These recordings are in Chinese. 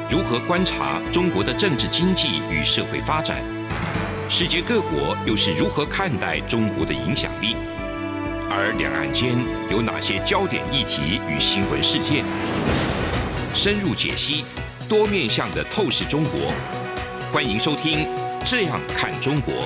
如何观察中国的政治经济与社会发展？世界各国又是如何看待中国的影响力？而两岸间有哪些焦点议题与新闻事件？深入解析，多面向的透视中国。欢迎收听《这样看中国》。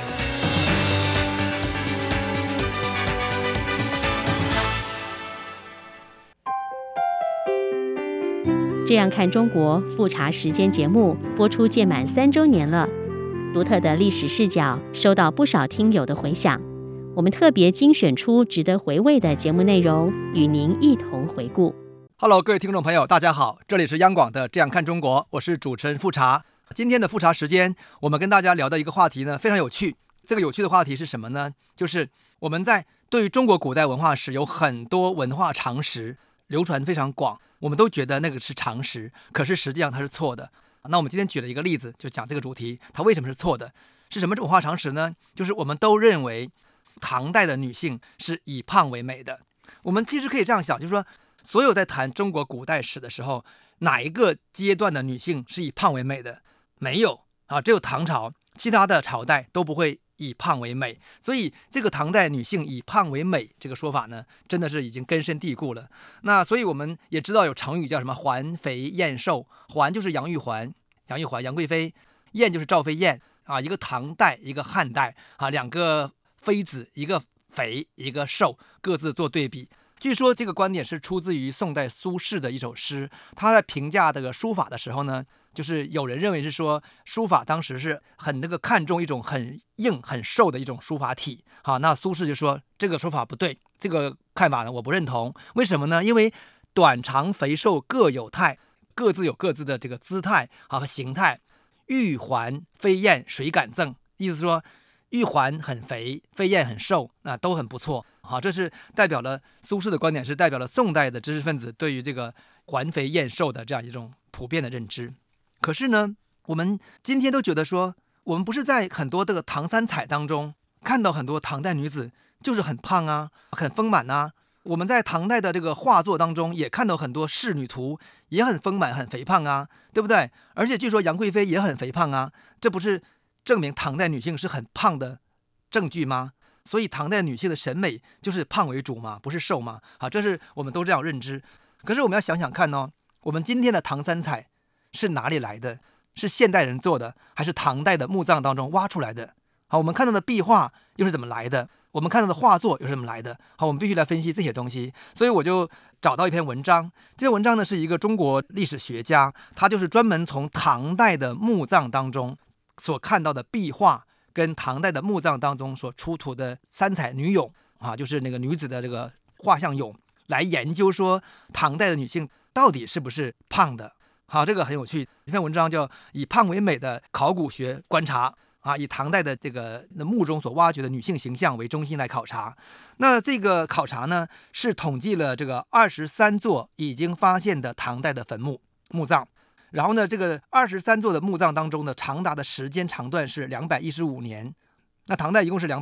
这样看中国复查时间节目播出届满3周年了，独特的历史视角收到不少听友的回响。我们特别精选出值得回味的节目内容，与您一同回顾。 Hello， 各位听众朋友，大家好，这里是央广的《这样看中国》，我是主持人复查。今天的复查时间，我们跟大家聊的一个话题呢，非常有趣。这个有趣的话题是什么呢？就是我们在对于中国古代文化史有很多文化常识，流传非常广，我们都觉得那个是常识，可是实际上它是错的。那我们今天举了一个例子，就讲这个主题，它为什么是错的？是什么文化常识呢？就是我们都认为唐代的女性是以胖为美的。我们其实可以这样想，就是说，所有在谈中国古代史的时候，哪一个阶段的女性是以胖为美的？没有啊，只有唐朝，其他的朝代都不会以胖为美。所以这个唐代女性以胖为美这个说法呢，真的是已经根深蒂固了。那所以我们也知道有成语叫什么环肥燕瘦，环就是杨玉环杨贵妃，燕就是赵飞燕啊，一个唐代一个汉代啊，两个妃子，一个肥一个瘦，各自做对比。据说这个观点是出自于宋代苏轼的一首诗，他在评价这个书法的时候呢，就是有人认为是说书法当时是很看重一种很硬很瘦的一种书法体。好，那苏轼就说这个说法不对，这个看法呢我不认同。为什么呢？因为短长肥瘦各有态，各自有各自的这个姿态和形态。玉环飞燕谁敢赠？意思说玉环很肥，飞燕很瘦，那都很不错。好，这是代表了苏轼的观点，是代表了宋代的知识分子对于这个环肥燕瘦的这样一种普遍的认知。可是呢，我们今天都觉得说，我们不是在很多这个唐三彩当中看到很多唐代女子就是很胖啊，很丰满啊。我们在唐代的这个画作当中也看到很多仕女图，也很丰满很肥胖啊，对不对？而且据说杨贵妃也很肥胖啊，这不是证明唐代女性是很胖的证据吗？所以唐代女性的审美就是胖为主嘛，不是瘦嘛。好，这是我们都这样认知。可是我们要想想看哦，我们今天的唐三彩是哪里来的？是现代人做的，还是唐代的墓葬当中挖出来的？好，我们看到的壁画又是怎么来的？我们看到的画作又是怎么来的？好，我们必须来分析这些东西。所以我就找到一篇文章，这篇文章呢是一个中国历史学家，他就是专门从唐代的墓葬当中所看到的壁画跟唐代的墓葬当中所出土的三彩女俑啊，就是那个女子的这个画像俑，来研究说唐代的女性到底是不是胖的。好，这个很有趣。这篇文章叫《以胖为美的考古学观察》啊，以唐代的这个墓中所挖掘的女性形象为中心来考察。那这个考察呢，是统计了这个23座已经发现的唐代的坟墓墓葬。然后呢，这个23座的墓葬当中呢，长达的时间长段是215年。那唐代一共是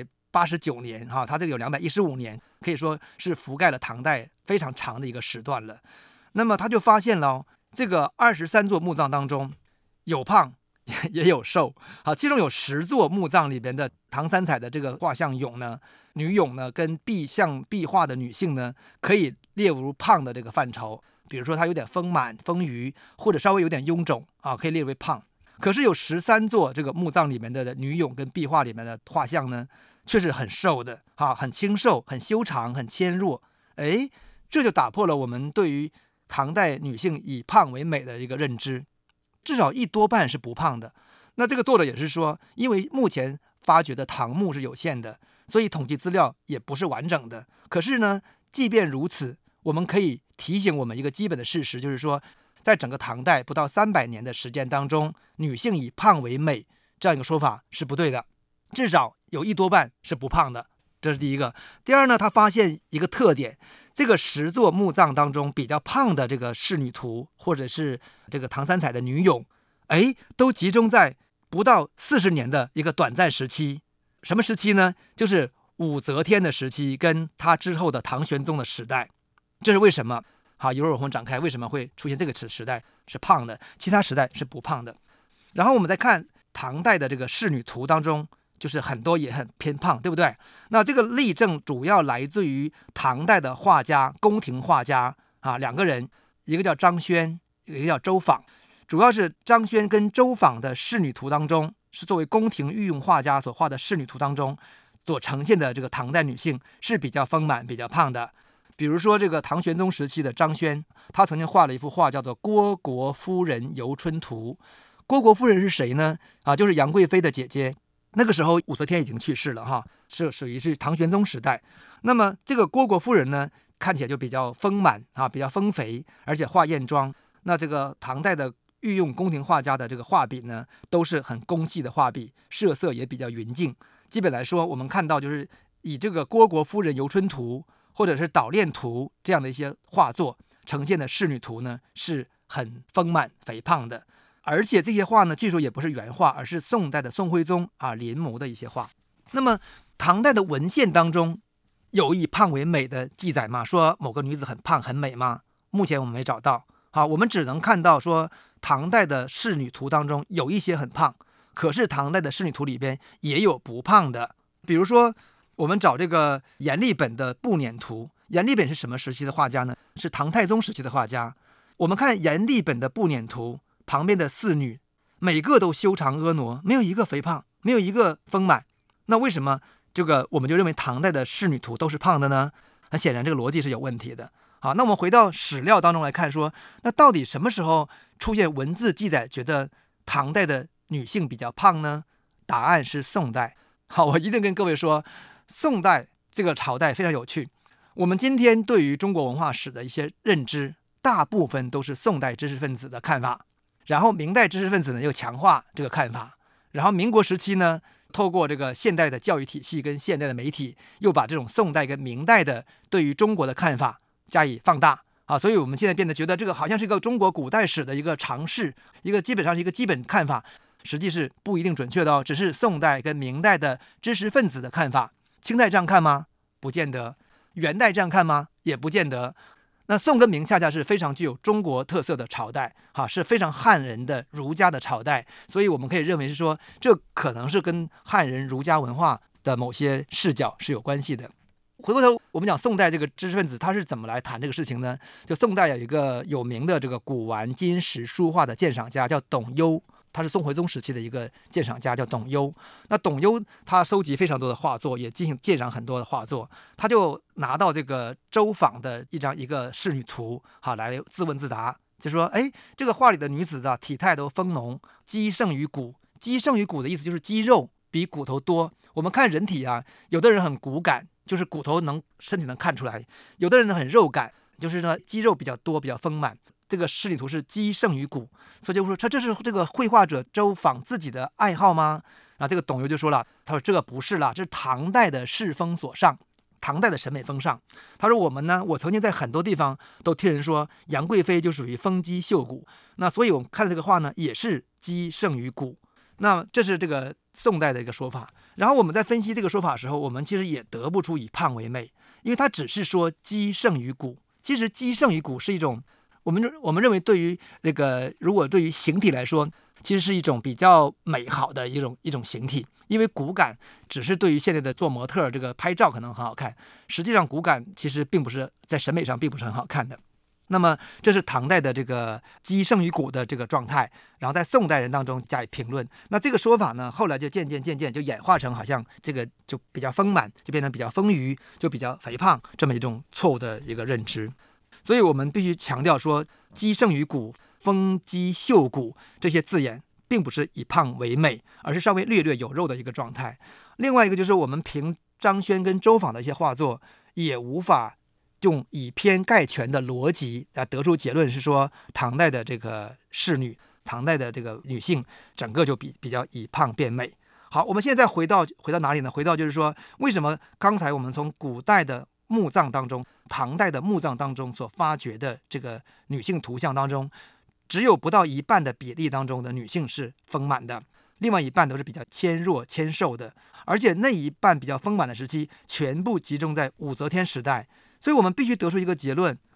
289年哈，它这个有215年，可以说是覆盖了唐代非常长的一个时段了。那么他就发现了这个23座墓葬当中有胖也有瘦，好，其中有10座墓葬里边的唐三彩的这个画像俑呢，女俑呢跟壁画的女性呢，可以列入胖的这个范畴。比如说它有点丰满丰腴，或者稍微有点臃肿啊，可以列为胖。可是有13座这个墓葬里面的女俑跟壁画里面的画像呢，却是很瘦的啊，很清瘦，很修长，很纤弱。哎，这就打破了我们对于唐代女性以胖为美的一个认知，至少一多半是不胖的。那这个作者也是说，因为目前发掘的唐墓是有限的，所以统计资料也不是完整的。可是呢，即便如此，我们可以提醒我们一个基本的事实，就是说，在整个唐代不到300年的时间当中，女性以胖为美这样一个说法是不对的，至少有一多半是不胖的，这是第一个。第二呢，他发现一个特点，这个10座墓葬当中比较胖的这个仕女图，或者是这个唐三彩的女俑，都集中在不到40年的一个短暂时期。什么时期呢？就是武则天的时期跟他之后的唐玄宗的时代。这是为什么？ 好，一会儿我们展开为什么会出现这个时代是胖的，其他时代是不胖的。然后我们再看唐代的这个仕女图当中，就是很多也很偏胖，对不对？那这个例证主要来自于唐代的画家，宫廷画家两个人，一个叫张轩，一个叫周昉。主要是张轩跟周昉的仕女图当中，是作为宫廷御用画家所画的仕女图当中所呈现的这个唐代女性是比较丰满、比较胖的。比如说这个唐玄宗时期的张轩，他曾经画了一幅画叫做《虢国夫人游春图》。虢国夫人是谁呢？就是杨贵妃的姐姐。那个时候武则天已经去世了是属于是唐玄宗时代。那么这个虢国夫人呢，看起来就比较丰满比较丰肥，而且画艳妆。那这个唐代的御用宫廷画家的这个画笔呢，都是很工细的画笔，设色也比较匀净。基本来说，我们看到就是以这个《虢国夫人游春图》或者是《捣练图》这样的一些画作呈现的仕女图呢，是很丰满肥胖的。而且这些画呢，据说也不是原画，而是宋代的宋徽宗临摹的一些画。那么唐代的文献当中有以胖为美的记载吗？说某个女子很胖很美吗？目前我们没找到。我们只能看到说唐代的仕女图当中有一些很胖，可是唐代的仕女图里边也有不胖的。比如说我们找这个阎立本的步辇图。阎立本是什么时期的画家呢？是唐太宗时期的画家。我们看阎立本的步辇图旁边的四女，每个都修长婀娜，没有一个肥胖，没有一个丰满。那为什么这个我们就认为唐代的仕女图都是胖的呢？那显然这个逻辑是有问题的。好，那我们回到史料当中来看说，那到底什么时候出现文字记载觉得唐代的女性比较胖呢？答案是宋代。好，我一定跟各位说，宋代这个朝代非常有趣。我们今天对于中国文化史的一些认知，大部分都是宋代知识分子的看法，然后明代知识分子呢又强化这个看法，然后民国时期呢，透过这个现代的教育体系跟现代的媒体，又把这种宋代跟明代的对于中国的看法加以放大所以我们现在变得觉得这个好像是一个中国古代史的一个常识，一个基本上是一个基本看法，实际是不一定准确的只是宋代跟明代的知识分子的看法。清代这样看吗？不见得。元代这样看吗？也不见得。那宋跟明恰恰是非常具有中国特色的朝代是非常汉人的儒家的朝代，所以我们可以认为是说，这可能是跟汉人儒家文化的某些视角是有关系的。回过头我们讲宋代这个知识分子他是怎么来谈这个事情呢？就宋代有一个有名的这个古玩金石书画的鉴赏家叫董攸，他是宋徽宗时期的一个鉴赏家叫董攸。那董攸他收集非常多的画作，也进行鉴赏很多的画作，他就拿到这个周昉的一个仕女图来自问自答，就说这个画里的女子的体态都丰浓，肌胜于骨。肌胜于骨的意思就是肌肉比骨头多。我们看人体有的人很骨感，就是骨头身体能看出来；有的人很肉感，就是呢肌肉比较多，比较丰满。这个仕女图是肌胜于骨，所以就说这是这个绘画者周昉自己的爱好吗？然后这个董攸就说了，他说这个不是啦，这是唐代的世风所上，唐代的审美风尚。他说我曾经在很多地方都听人说杨贵妃就属于丰肌秀骨，那所以我们看这个画呢也是肌胜于骨。那这是这个宋代的一个说法。然后我们在分析这个说法的时候，我们其实也得不出以胖为美，因为他只是说肌胜于骨。其实肌胜于骨是一种我们认为对于如果对于形体来说，其实是一种比较美好的一种形体。因为骨感只是对于现在的做模特这个拍照可能很好看，实际上骨感其实并不是在审美上并不是很好看的。那么这是唐代的这个肌胜于骨的这个状态，然后在宋代人当中加以评论。那这个说法呢，后来就渐渐就演化成好像这个就比较丰满，就变成比较丰腴，就比较肥胖这么一种错误的一个认知。所以我们必须强调说，肌胜于骨、丰肌秀骨这些字眼并不是以胖为美，而是稍微略略有肉的一个状态。另外一个就是我们凭张轩跟周昉的一些画作，也无法用以偏概全的逻辑得出结论是说唐代的这个仕女，唐代的这个女性整个就比较以胖变美。好，我们现在回到哪里呢？回到就是说，为什么刚才我们从古代的墓葬当中、唐代的墓葬当中所发掘的这个女性图像当中，只有不到一半的比例当中的女性是丰满的，另外一半都是比较纤弱纤瘦的，而且那一半比较丰满的时期全部集中在武则天时代。所以我们必须得出一个结论，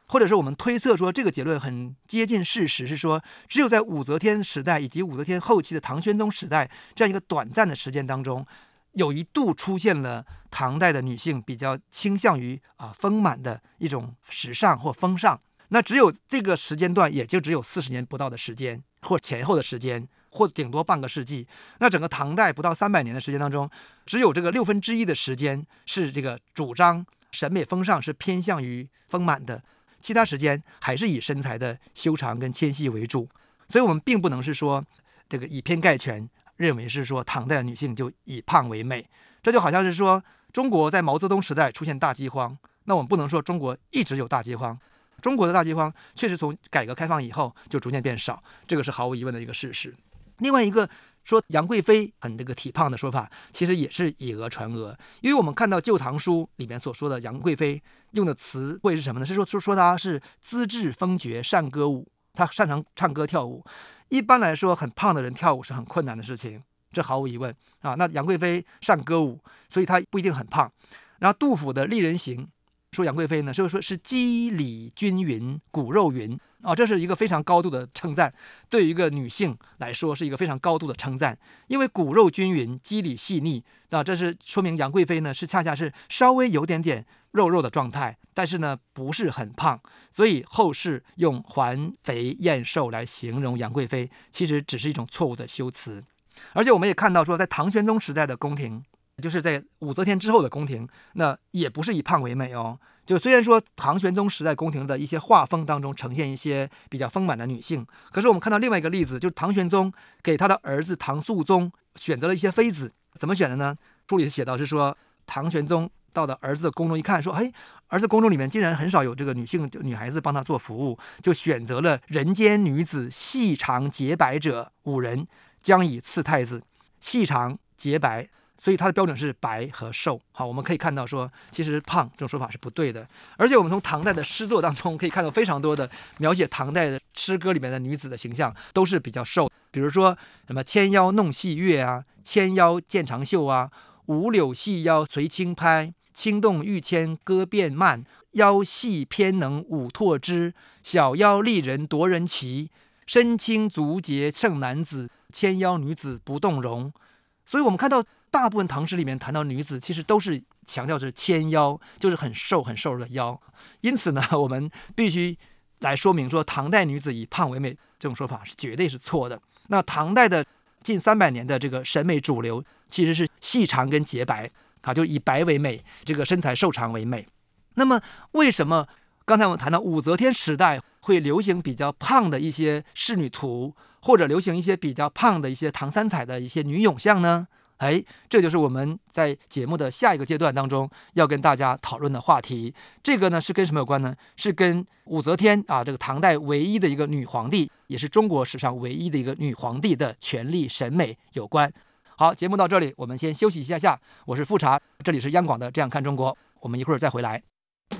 或者是我们推测说这个结论很接近事实，是说只有在武则天时代以及武则天后期的唐玄宗时代这样一个短暂的时间当中，有一度出现了唐代的女性比较倾向于丰满的一种时尚或风尚。那只有这个时间段，也就只有40年不到的时间，或前后的时间，或顶多半个世纪。那整个唐代不到300年的时间当中，只有这个1/6的时间是这个主张审美风尚是偏向于丰满的，其他时间还是以身材的修长跟纤细为主。所以我们并不能是说这个以偏概全，认为是说唐代的女性就以胖为美。这就好像是说中国在毛泽东时代出现大饥荒，那我们不能说中国一直有大饥荒，中国的大饥荒确实从改革开放以后就逐渐变少，这个是毫无疑问的一个事实。另外一个说杨贵妃很这个体胖的说法，其实也是以讹传讹，因为我们看到《旧唐书》里面所说的杨贵妃用的词汇是什么呢？是说她是资质风绝，善歌舞，她擅长唱歌跳舞。一般来说，很胖的人跳舞是很困难的事情，这毫无疑问啊。那杨贵妃善歌舞，所以她不一定很胖。然后杜甫的《丽人行》说杨贵妃呢，说是肌理均匀，骨肉匀这是一个非常高度的称赞，对于一个女性来说是一个非常高度的称赞，因为骨肉均匀，肌理细腻这是说明杨贵妃呢是恰恰是稍微有点肉肉的状态，但是呢不是很胖，所以后世用环肥燕瘦来形容杨贵妃，其实只是一种错误的修辞。而且我们也看到说，在唐玄宗时代的宫廷，就是在武则天之后的宫廷，那也不是以胖为美就虽然说唐玄宗时代宫廷的一些画风当中呈现一些比较丰满的女性，可是我们看到另外一个例子，就是唐玄宗给他的儿子唐肃宗选择了一些妃子，怎么选的呢？书里写到是说，唐玄宗到了儿子的宫中一看，说儿子宫中里面竟然很少有这个女孩子帮他做服务，就选择了人间女子细长洁白者5人，将以赐太子。细长洁白，所以它的标准是白和瘦。好，我们可以看到说，其实胖这种说法是不对的。而且我们从唐代的诗作当中可以看到非常多的描写唐代的诗歌里面的女子的形象都是比较瘦，比如说什么纤腰弄细月纤腰见长袖五柳细腰随轻拍，轻动欲牵歌变慢，腰细偏能舞拓枝，小腰丽人夺人奇，身轻足洁胜男子，纤腰女子不动容。所以我们看到大部分唐诗里面谈到女子，其实都是强调是纤腰，就是很瘦很瘦的腰。因此呢，我们必须来说明说，唐代女子以胖为美这种说法是绝对是错的。那唐代的近300年的这个审美主流其实是细长跟洁白就以白为美，这个身材瘦长为美。那么为什么刚才我们谈到武则天时代会流行比较胖的一些仕女图，或者流行一些比较胖的一些唐三彩的一些女咏像呢？这就是我们在节目的下一个阶段当中要跟大家讨论的话题。这个呢是跟什么有关呢？是跟武则天这个唐代唯一的一个女皇帝，也是中国史上唯一的一个女皇帝的权力审美有关。好，节目到这里，我们先休息一下。我是富察，这里是央广的这样看中国，我们一会儿再回来。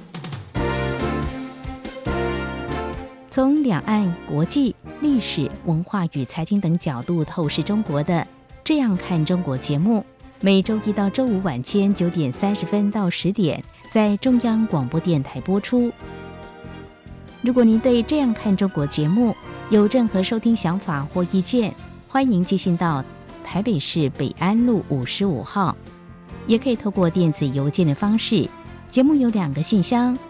从两岸、国际、历史、文化与财经等角度透视中国的这样看中国节目，每周一到周五晚间9点30分到10点在中央广播电台播出。如果您对这样看中国节目有任何收听想法或意见，欢迎寄信到台北市北安路55号，也可以透过电子邮件的方式。节目有2个信箱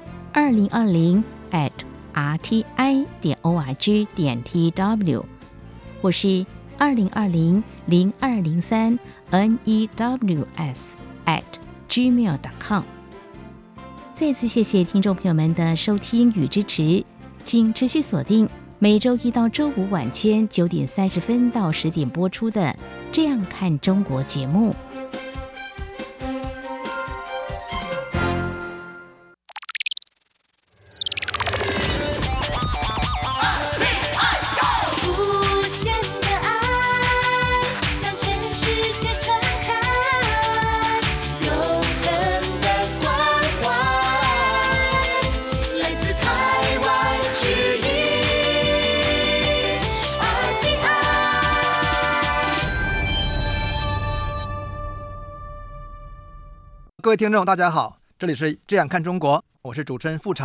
2020@rti.org.tw 或是2020-0203-news@gmail.com。 再次谢谢听众朋友们的收听与支持，请持续锁定每周一到周五晚间9点30分到10点播出的《这样看中国》节目。 各位听众大家好，这里是这样看中国，我是主持人富察。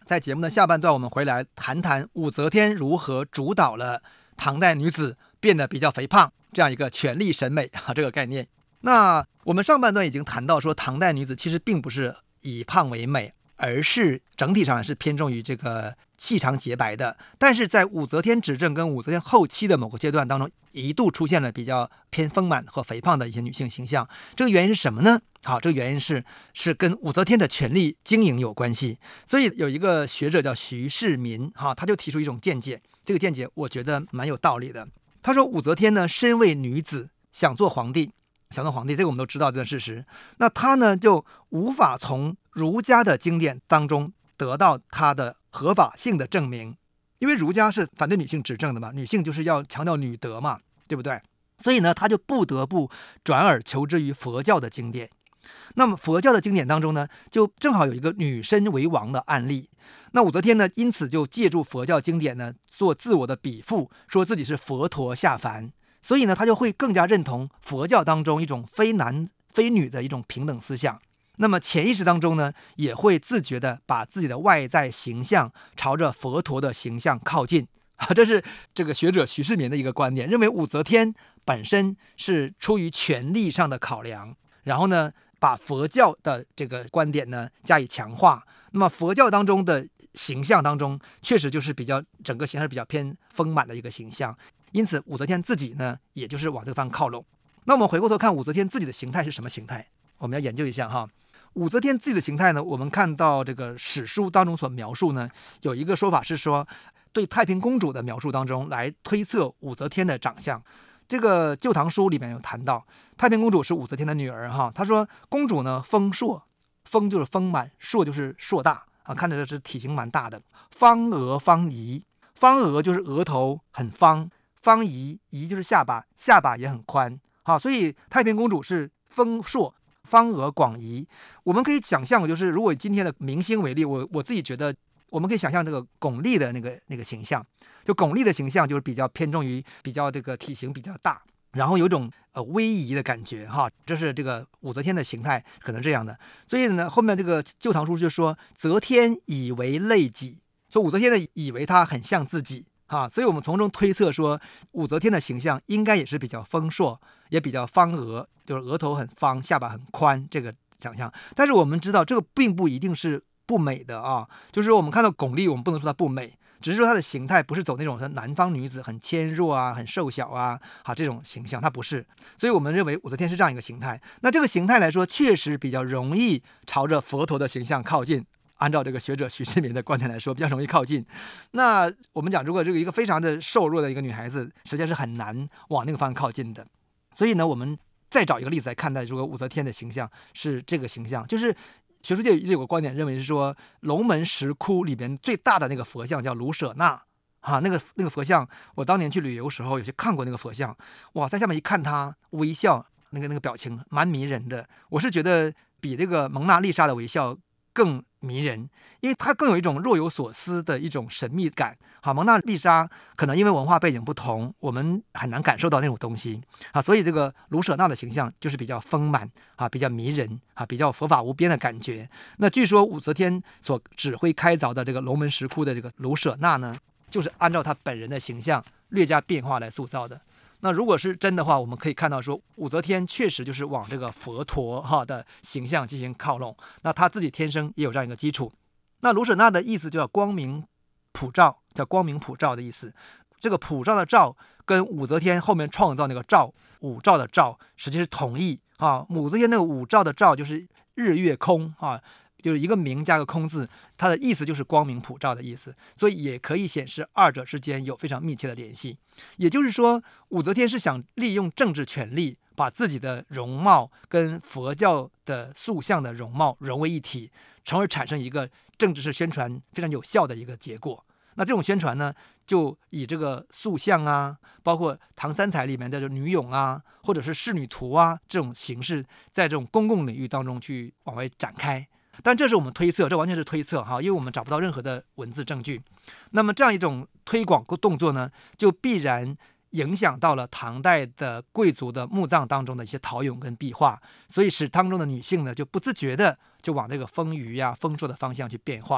在节目的下半段，我们回来谈谈武则天如何主导了唐代女子变得比较肥胖这样一个权力审美这个概念。那我们上半段已经谈到说，唐代女子其实并不是以胖为美，而是整体上是偏重于这个细长洁白的。但是在武则天执政跟武则天后期的某个阶段当中，一度出现了比较偏丰满和肥胖的一些女性形象。这个原因是什么呢？好，这个原因是跟武则天的权力经营有关系。所以有一个学者叫徐世民，他就提出一种见解，这个见解我觉得蛮有道理的。他说武则天呢，身为女子，想做皇帝，这个我们都知道这个事实。那她呢就无法从儒家的经典当中得到她的合法性的证明，因为儒家是反对女性执政的嘛，女性就是要强调女德嘛，对不对？所以呢，她就不得不转而求之于佛教的经典。那么佛教的经典当中呢，就正好有一个女身为王的案例。那武则天呢，因此就借助佛教经典呢，做自我的比附，说自己是佛陀下凡。所以呢，她就会更加认同佛教当中一种非男非女的一种平等思想。那么潜意识当中呢，也会自觉的把自己的外在形象朝着佛陀的形象靠近。这是这个学者徐世民的一个观点，认为武则天本身是出于权力上的考量，然后呢，把佛教的这个观点呢加以强化。那么佛教当中的形象当中，确实就是整个形象是比较偏丰满的一个形象，因此武则天自己呢，也就是往这个方向靠拢。那我们回过头看武则天自己的形态是什么形态，我们要研究一下哈。武则天自己的形态呢，我们看到这个史书当中所描述呢，有一个说法是说，对太平公主的描述当中来推测武则天的长相。这个《旧唐书》里面有谈到，太平公主是武则天的女儿哈。他说，公主呢丰硕，丰就是丰满，硕就是硕大看着是体型蛮大的。方额方仪，方额就是额头很方，方仪仪就是下巴，下巴也很宽所以太平公主是丰硕。方额广仪，我们可以想象，就是如果以今天的明星为例，我自己觉得，我们可以想象这个巩俐的那个形象，就巩俐的形象就是比较偏重于比较这个体型比较大，然后有种威仪的感觉这是这个武则天的形态可能这样的。所以呢，后面这个《旧唐书》就说，则天以为类己，说武则天的以为她很像自己所以我们从中推测说，武则天的形象应该也是比较丰硕，也比较方额，就是额头很方，下巴很宽这个想象。但是我们知道这个并不一定是不美的就是我们看到巩俐，我们不能说她不美，只是说她的形态不是走那种南方女子很纤弱很瘦小这种形象，她不是。所以我们认为武则天是这样一个形态。那这个形态来说，确实比较容易朝着佛陀的形象靠近。按照这个学者徐世民的观点来说，比较容易靠近。那我们讲，如果这个一个非常的瘦弱的一个女孩子，实际上是很难往那个方向靠近的。所以呢，我们再找一个例子来看待，如果武则天的形象是这个形象，就是学术界有个观点认为是说，龙门石窟里边最大的那个佛像叫卢舍那那个佛像，我当年去旅游时候有去看过那个佛像，哇，在下面一看他微笑，那个表情蛮迷人的。我是觉得比这个蒙娜丽莎的微笑更迷人，因为它更有一种若有所思的一种神秘感。蒙娜丽莎可能因为文化背景不同，我们很难感受到那种东西所以这个卢舍那的形象就是比较丰满比较迷人比较佛法无边的感觉。那据说武则天所指挥开凿的这个龙门石窟的这个卢舍那呢，就是按照她本人的形象略加变化来塑造的。那如果是真的话，我们可以看到说，武则天确实就是往这个佛陀的形象进行靠拢。那她自己天生也有这样一个基础。那卢舍那的意思就叫光明普照，叫光明普照的意思。这个普照的照跟武则天后面创造那个照，五照的照，实际是同义武则天那个五照的照就是日月空就是一个明加个空字，它的意思就是光明普照的意思，所以也可以显示二者之间有非常密切的联系。也就是说，武则天是想利用政治权力，把自己的容貌跟佛教的塑像的容貌融为一体，从而产生一个政治式宣传非常有效的一个结果。那这种宣传呢，就以这个塑像包括唐三彩里面的女俑或者是仕女图这种形式，在这种公共领域当中去往外展开。但这是我们推测，这完全是推测因为我们找不到任何的文字证据。那么这样一种推广动作呢，就必然影响到了唐代的贵族的墓葬当中的一些陶俑跟壁画，所以使当中的女性呢就不自觉的就往这个丰腴丰硕的方向去变化。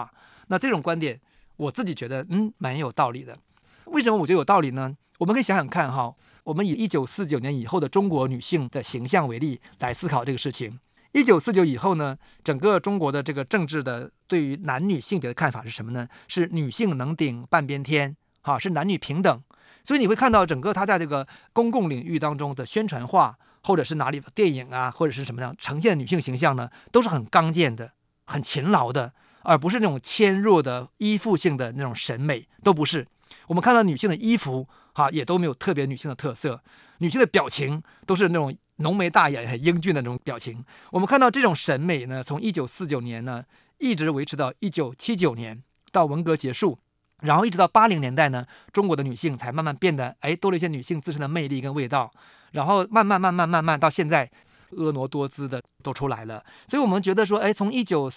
那这种观点我自己觉得蛮有道理的。为什么我觉得有道理呢？我们可以想想看哈，我们以1949年以后的中国女性的形象为例来思考这个事情。1949以后呢，整个中国的这个政治的对于男女性别的看法是什么呢？是女性能顶半边天，是男女平等。所以你会看到整个他在这个公共领域当中的宣传画，或者是哪里电影啊，或者是什么样呈现女性形象呢，都是很刚健的，很勤劳的，而不是那种纤弱的依附性的那种审美，都不是。我们看到女性的衣服也都没有特别女性的特色，女性的表情都是那种浓眉大眼很英俊的那种表情。我们看到这种审美呢，从1949年呢一直维持到1979年，到文革结束，然后一直到80年代呢，中国的女性才慢慢变得多了一些女性自身的魅力跟味道，然后慢慢到现在婀娜多姿的都出来了。所以我们觉得说，从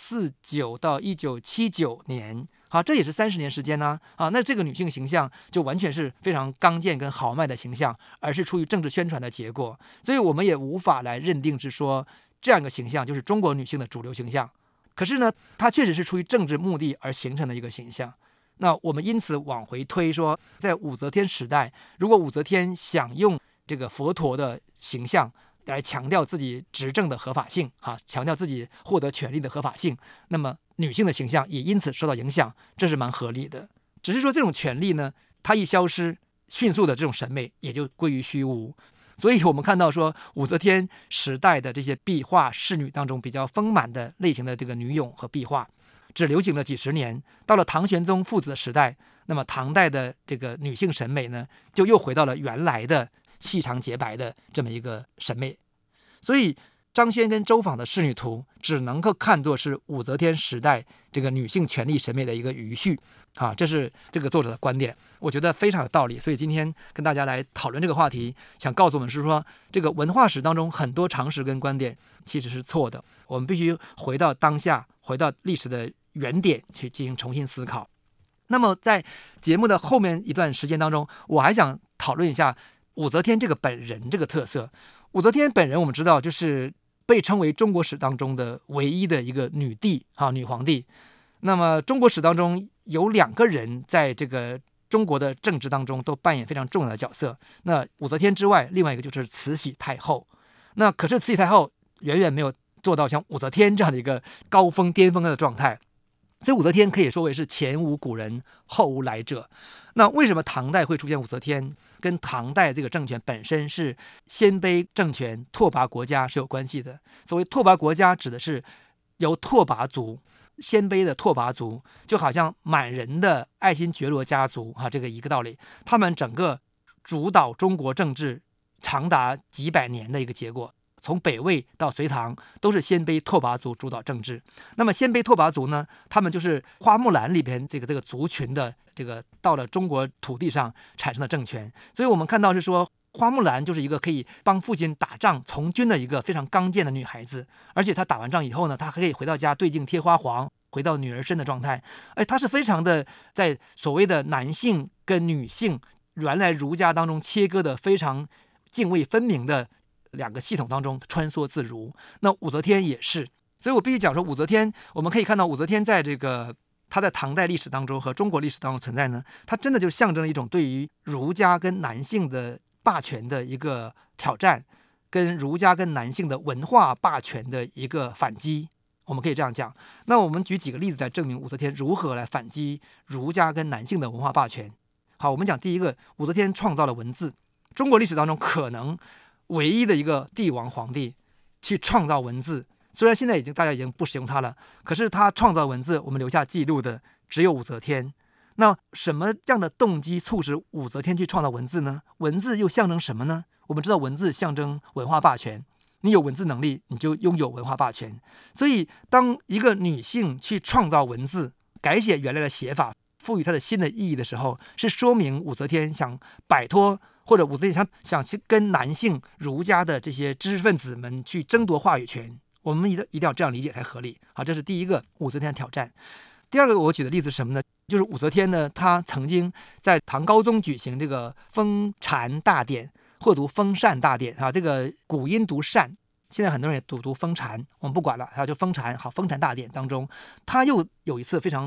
1949到1979年，这也是30年时间呢，那这个女性形象就完全是非常刚健跟豪迈的形象，而是出于政治宣传的结果。所以我们也无法来认定是说这样一个形象就是中国女性的主流形象。可是呢，它确实是出于政治目的而形成的一个形象。那我们因此往回推说，在武则天时代，如果武则天想用这个佛陀的形象来强调自己执政的合法性，强调自己获得权力的合法性，那么女性的形象也因此受到影响，这是蛮合理的。只是说这种权利呢，它一消失，迅速的这种审美也就归于虚无。所以我们看到说，武则天时代的这些壁画仕女当中比较丰满的类型的这个女俑和壁画，只流行了几十年。到了唐玄宗父子的时代，那么唐代的这个女性审美呢，就又回到了原来的细长洁白的这么一个审美。所以张轩跟周昉的仕女图只能够看作是武则天时代这个女性权力审美的一个余绪，这是这个作者的观点，我觉得非常有道理。所以今天跟大家来讨论这个话题，想告诉我们是说，这个文化史当中很多常识跟观点其实是错的，我们必须回到当下，回到历史的原点去进行重新思考。那么在节目的后面一段时间当中，我还想讨论一下武则天这个本人这个特色。武则天本人我们知道就是被称为中国史当中的唯一的一个女帝女皇帝。那么中国史当中有2个人在这个中国的政治当中都扮演非常重要的角色，那武则天之外，另外一个就是慈禧太后。那可是慈禧太后远远没有做到像武则天这样的一个高峰巅峰的状态，所以武则天可以说为是前无古人后无来者。那为什么唐代会出现武则天，跟唐代这个政权本身是鲜卑政权拓跋国家是有关系的。所谓拓跋国家指的是由拓跋族，鲜卑的拓跋族，就好像满人的爱新觉罗家族这个一个道理。他们整个主导中国政治长达几百年的一个结果，从北魏到隋唐都是鲜卑拓跋族主导政治。那么鲜卑拓跋族呢，他们就是花木兰里边这个族群的这个到了中国土地上产生的政权。所以我们看到是说，花木兰就是一个可以帮父亲打仗从军的一个非常刚健的女孩子，而且她打完仗以后呢，她还可以回到家对镜贴花黄，回到女儿身的状态。她是非常的在所谓的男性跟女性原来儒家当中切割的非常泾渭分明的2个系统当中穿梭自如。那武则天也是，所以我必须讲说，武则天我们可以看到武则天在这个她在唐代历史当中和中国历史当中存在呢，她真的就象征了一种对于儒家跟男性的霸权的一个挑战，跟儒家跟男性的文化霸权的一个反击，我们可以这样讲。那我们举几个例子来证明武则天如何来反击儒家跟男性的文化霸权。好，我们讲第一个，武则天创造了文字。中国历史当中可能唯一的一个帝王皇帝去创造文字，虽然现在大家已经不使用它了，可是他创造文字，我们留下记录的只有武则天。那什么样的动机促使武则天去创造文字呢？文字又象征什么呢？我们知道文字象征文化霸权，你有文字能力，你就拥有文化霸权。所以当一个女性去创造文字，改写原来的写法，赋予它的新的意义的时候，是说明武则天想摆脱，或者武则天想去跟男性儒家的这些知识分子们去争夺话语权。我们一定要这样理解才合理。好，这是第一个武则天的挑战。第二个我举的例子是什么呢？就是武则天呢，她曾经在唐高宗举行这个封禅大典，或读封禅大典这个古音读禅，现在很多人也读封禅，我们不管了，就封禅。好，封禅大典当中，她又有一次非常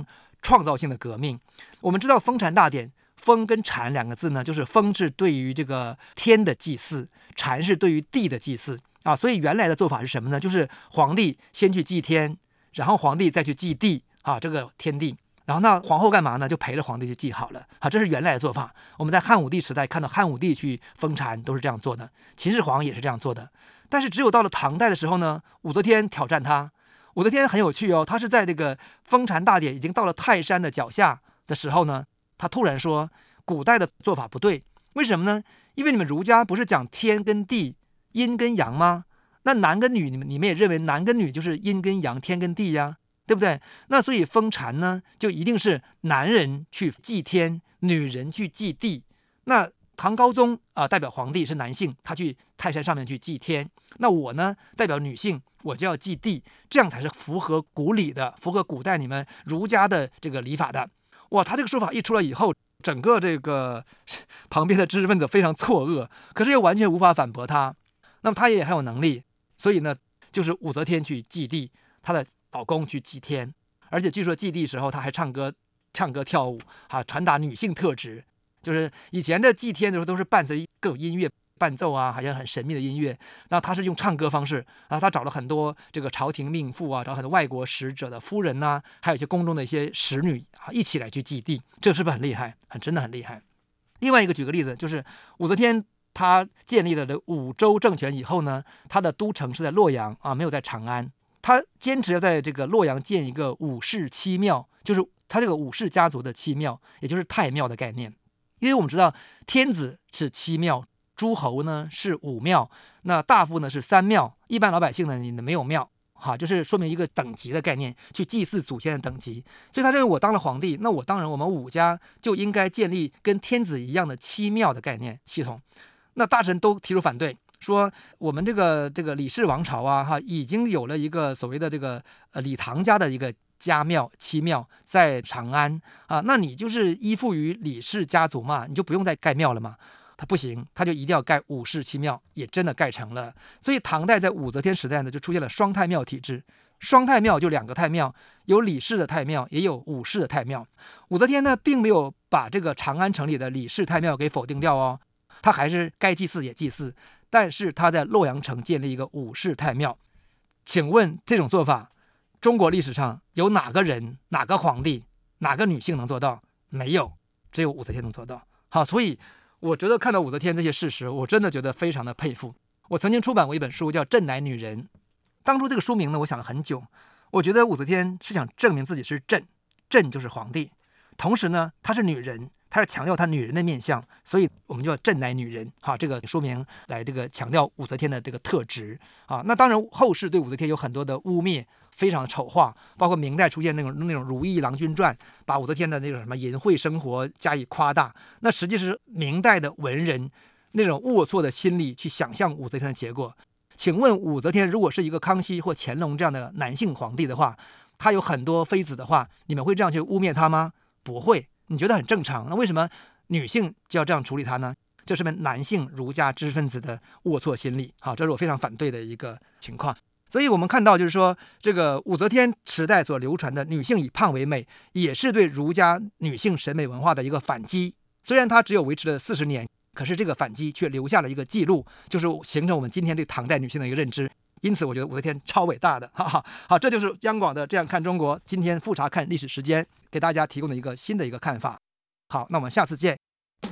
创造性的革命。我们知道封禅大典，封跟禅两个字呢，就是封是对于这个天的祭祀，禅是对于地的祭祀啊。所以原来的做法是什么呢？就是皇帝先去祭天，然后皇帝再去祭地啊，这个天地。然后那皇后干嘛呢？就陪着皇帝去祭好了啊，这是原来的做法。我们在汉武帝时代看到汉武帝去封禅都是这样做的，秦始皇也是这样做的。但是只有到了唐代的时候呢，武则天挑战他。武则天很有趣哦，他是在这个封禅大典已经到了泰山的脚下的时候呢，他突然说古代的做法不对。为什么呢？因为你们儒家不是讲天跟地、阴跟阳吗？那男跟女，你们也认为男跟女就是阴跟阳、天跟地呀，对不对？那所以封禅呢，就一定是男人去祭天，女人去祭地。那唐高宗代表皇帝是男性，他去泰山上面去祭天。那我呢，代表女性，我就要祭地，这样才是符合古礼的，符合古代你们儒家的这个礼法的。哇，他这个说法一出来以后，整个这个旁边的知识分子非常错愕，可是又完全无法反驳他。那么他也很有能力，所以呢，就是武则天去祭地，他的老公去祭天，而且据说祭地时候他还唱歌跳舞啊，传达女性特质。就是以前的祭天的时候都是伴着各种音乐伴奏啊，好像很神秘的音乐。那他是用唱歌方式，然后他找了很多这个朝廷命妇啊，找很多外国使者的夫人呐，还有一些宫中的一些使女啊，一起来去祭地，这是不是很厉害？真的很厉害。另外一个举个例子，就是武则天她建立了这武周政权以后呢，她的都城是在洛阳啊，没有在长安。她坚持要在这个洛阳建一个武氏七庙，就是她这个武氏家族的七庙，也就是太庙的概念。因为我们知道天子是七庙，诸侯呢是五庙，那大夫呢是三庙，一般老百姓呢你没有庙，就是说明一个等级的概念，去祭祀祖先的等级。所以他认为我当了皇帝，那我当然我们武家就应该建立跟天子一样的七庙的概念系统。那大臣都提出反对，说我们这个李氏王朝啊，已经有了一个所谓的这个李唐家的一个家庙七庙在长安啊，那你就是依附于李氏家族嘛，你就不用再盖庙了嘛。他不行，他就一定要盖武氏七庙，也真的盖成了。所以唐代在武则天时代呢，就出现了双太庙体制。双太庙就两个太庙，有李氏的太庙，也有武氏的太庙。武则天呢，并没有把这个长安城里的李氏太庙给否定掉哦，他还是该祭祀也祭祀，但是他在洛阳城建立一个武氏太庙。请问这种做法，中国历史上有哪个人、哪个皇帝、哪个女性能做到？没有，只有武则天能做到。好，所以我觉得看到武则天这些事实，我真的觉得非常的佩服。我曾经出版过一本书叫《朕乃女人》，当初这个书名呢，我想了很久。我觉得武则天是想证明自己是朕，朕就是皇帝，同时呢，她是女人，她是强调她女人的面相，所以我们就叫朕乃女人。这个书名来这个强调武则天的这个特质啊。那当然，后世对武则天有很多的污蔑，非常的丑化，包括明代出现那种《如懿郎君传》，把武则天的那种什么淫秽生活加以夸大。那实际是明代的文人那种龌龊的心理去想象武则天的结果。请问武则天如果是一个康熙或乾隆这样的男性皇帝的话，他有很多妃子的话，你们会这样去污蔑他吗？不会，你觉得很正常。那为什么女性就要这样处理他呢？这是男性儒家知识分子的龌龊心理。这是我非常反对的一个情况。所以我们看到就是说，这个武则天时代所流传的女性以胖为美，也是对儒家女性审美文化的一个反击。虽然它只有维持了40年，可是这个反击却留下了一个记录，就是形成我们今天对唐代女性的一个认知。因此我觉得武则天超伟大的。好，这就是央广的这样看中国今天复查看历史时间给大家提供的一个新的一个看法。好，那我们下次见。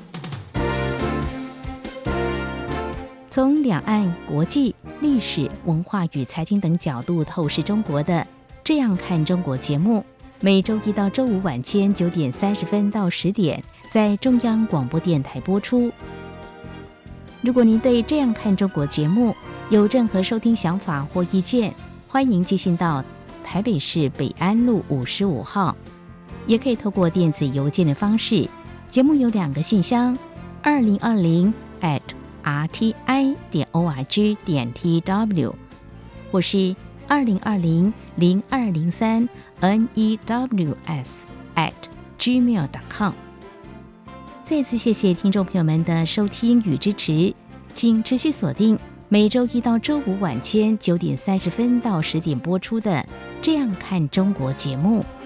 从两岸、国际、历史、文化与财经等角度透视中国的这样看中国节目，每周一到周五晚间9点30分到10点在中央广播电台播出。如果您对这样看中国节目有任何收听想法或意见，欢迎寄信到台北市北安路55号，也可以透过电子邮件的方式。节目有2个信箱2020@rti.org.tw 或是2020-0203-news@gmail.com。 再次谢谢听众朋友们的收听与支持，请持续锁定每周一到周五晚间9点30分到10点播出的《这样看中国》节目。